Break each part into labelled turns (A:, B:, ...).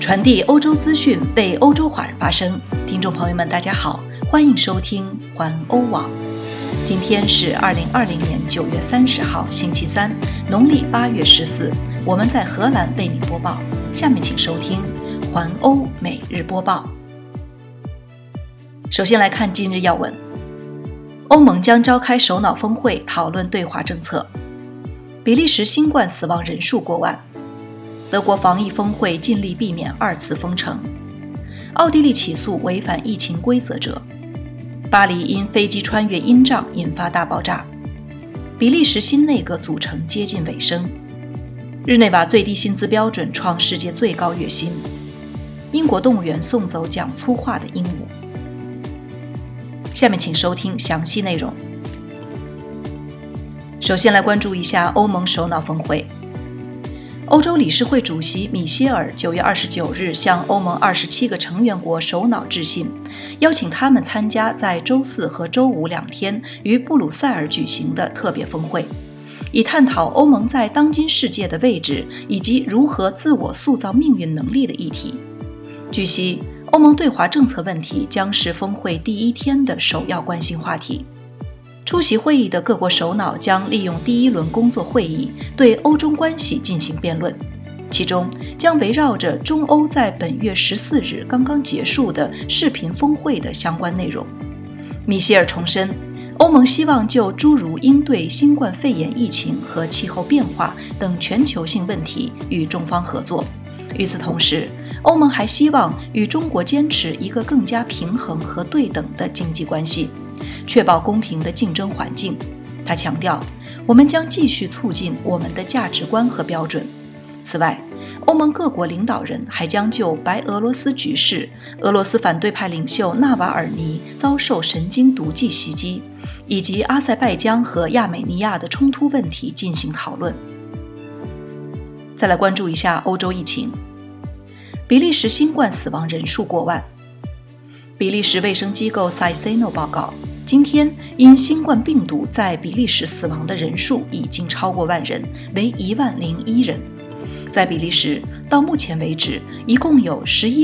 A: 传递欧洲资讯，为欧洲华人发声。听众朋友们，大家好，欢迎收听环欧网。今天是2020年9月30号，星期三，农历8月14。我们在荷兰为您播报。下面请收听环欧每日播报。首先来看今日要闻。欧盟将召开首脑峰会，讨论对华政策。比利时新冠死亡人数过万。德国防疫峰会尽力避免2次封城。奥地利起诉违反疫情规则者。巴黎因飞机穿越阴障引发大爆炸。比利时新内阁组成接近尾声。日内瓦最低薪资标准创世界最高月薪。英国动物园送走讲粗话的鹦鹉。下面请收听详细内容。首先来关注一下欧盟首脑峰会。欧洲理事会主席米歇尔9月29日向欧盟27个成员国首脑致信，邀请他们参加在周4和周52天于布鲁塞尔举行的特别峰会，以探讨欧盟在当今世界的位置以及如何自我塑造命运能力的议题。据悉，欧盟对华政策问题将是峰会第一天的首要关心话题。出席会议的各国首脑将利用第一轮工作会议对欧中关系进行辩论，其中将围绕着中欧在本月14日刚刚结束的视频峰会的相关内容。米歇尔重申，欧盟希望就诸如应对新冠肺炎疫情和气候变化等全球性问题与中方合作。与此同时，欧盟还希望与中国坚持一个更加平衡和对等的经济关系，确保公平的竞争环境。他强调，我们将继续促进我们的价值观和标准。此外，欧盟各国领导人还将就白俄罗斯局势、俄罗斯反对派领袖纳瓦尔尼遭受神经毒剂袭击，以及阿塞拜疆和亚美尼亚的冲突问题进行讨论。再来关注一下欧洲疫情。比利时新冠死亡人数过万。比利时卫生机构 Saiceno 报告，今天因新冠病毒在比利时死亡的人数已经超过万人，为10001人。在比利时，到目前为止，一共有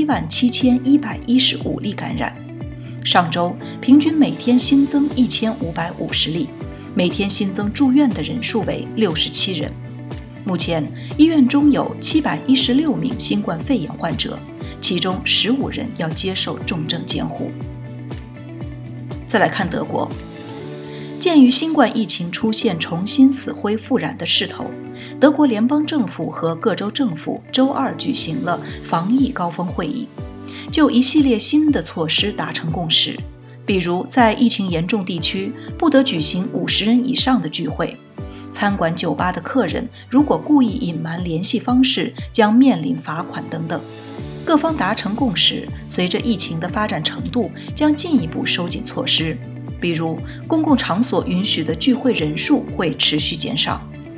A: 117115例感染。上周平均每天新增1550例，每天新增住院的人数为67人。目前医院中有716名新冠肺炎患者，其中15人要接受重症监护。再来看德国，鉴于新冠疫情出现重新死灰复燃的势头，德国联邦政府和各州政府周二举行了防疫高峰会议，就一系列新的措施达成共识，比如在疫情严重地区不得举行50人以上的聚会，餐馆酒吧的客人如果故意隐瞒联系方式将面临罚款等等。各方达成共识，随着疫情的发展程度将进一步收紧措施，比如公共场所允许的聚会人数会持续减少。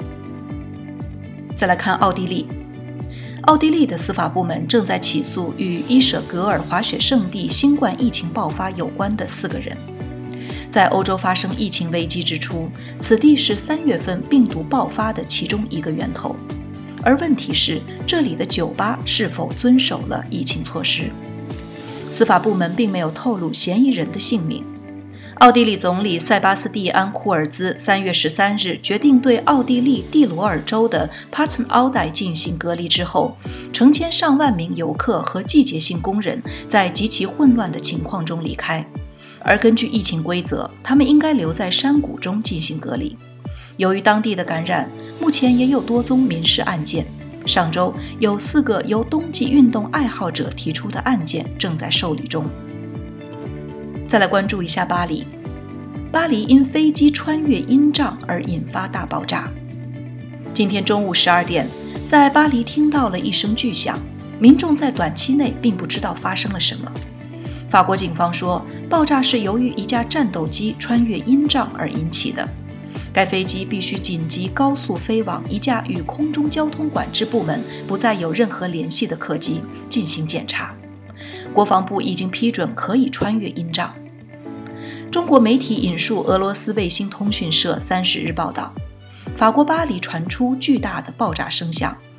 A: 再来看奥地利。奥地利的司法部门正在起诉与伊舍格尔滑雪胜地新冠疫情爆发有关的4个人。在欧洲发生疫情危机之初，此地是3月份病毒爆发的其中一个源头。而问题是，这里的酒吧是否遵守了疫情措施？司法部门并没有透露嫌疑人的姓名。奥地利总理塞巴斯蒂安·库尔兹3月13日决定对奥地利蒂罗尔州的帕岑奥代进行隔离之后，成千上万名游客和季节性工人在极其混乱的情况中离开。而根据疫情规则，他们应该留在山谷中进行隔离。由于当地的感染，目前也有多宗民事案件。上周有4个由冬季运动爱好者提出的案件正在受理中。再来关注一下巴黎。巴黎因飞机穿越阴障而引发大爆炸。今天中午12点，在巴黎听到了一声巨响，民众在短期内并不知道发生了什么。法国警方说，爆炸是由于一架战斗机穿越阴障而引起的。该飞机必须紧急高速飞往一架与空中交通管制部门不再有任何联系的客机进行检查。国防部已经批准可以穿越阴障。中国媒体引述俄罗斯卫星通讯社30日报道，法国巴黎传出巨大的爆炸声响，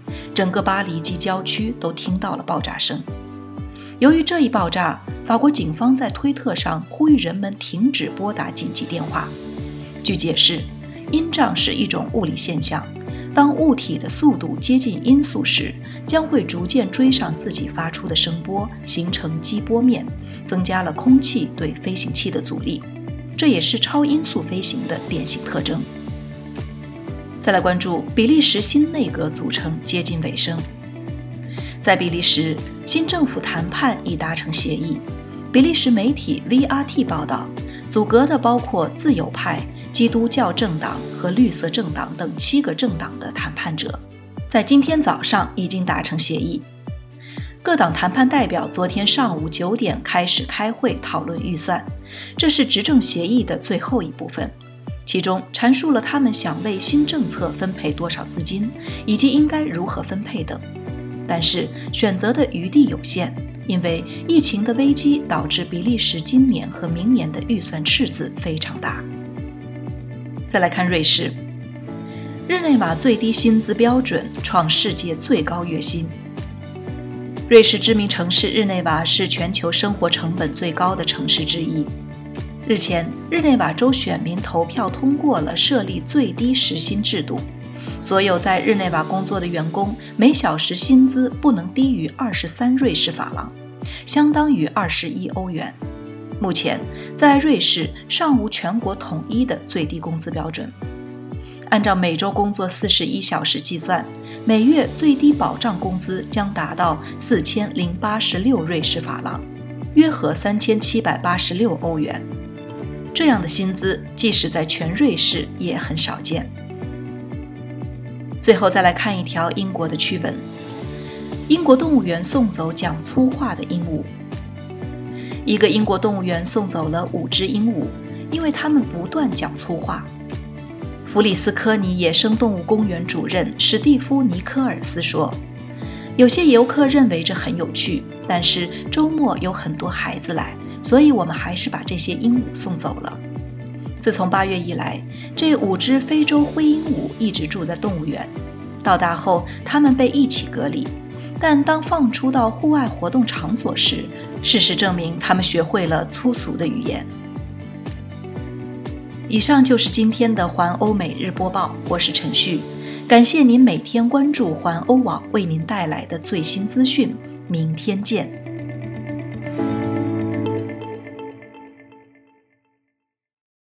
A: 整个巴黎及郊区都听到了爆炸声。由于这一爆炸，法国警方在推特上呼吁人们停止拨打紧急电话。据解释，音障是一种物理现象，当物体的速度接近音速时，将会逐渐追上自己发出的声波，形成激波面，增加了空气对飞行器的阻力，这也是超音速飞行的典型特征。再来关注比利时新内阁组成接近尾声。在比利时，新政府谈判已达成协议。比利时媒体 VRT 报道，组阁的包括自由派、基督教政党和绿色政党等7个政党的谈判者，在今天早上已经达成协议。各党谈判代表昨天上午9点开始开会讨论预算，这是执政协议的最后一部分，其中阐述了他们想为新政策分配多少资金，以及应该如何分配等。但是选择的余地有限，因为疫情的危机导致比利时今年和明年的预算赤字非常大。再来看瑞士，日内瓦最低薪资标准创世界最高月薪。瑞士知名城市日内瓦是全球生活成本最高的城市之一。日前，日内瓦州选民投票通过了设立最低时薪制度，所有在日内瓦工作的员工每小时薪资不能低于23瑞士法郎，相当于21欧元。目前，在瑞士尚无全国统一的最低工资标准。按照每周工作41小时计算，每月最低保障工资将达到4086瑞士法郎，约合3786欧元。这样的薪资即使在全瑞士也很少见。最后再来看一条英国的趣闻：英国动物园送走讲粗话的鹦鹉。一个英国动物园送走了5只鹦鹉，因为它们不断讲粗话。弗里斯科尼野生动物公园主任史蒂夫·尼科尔斯说，有些游客认为这很有趣，但是周末有很多孩子来，所以我们还是把这些鹦鹉送走了。自从8月以来，这5只非洲灰鹦鹉一直住在动物园。到达后，它们被一起隔离，但当放出到户外活动场所时，事实证明它们学会了粗俗的语言。以上就是今天的环欧每日播报，我是陈旭，感谢您每天关注环欧网为您带来的最新资讯，明天见。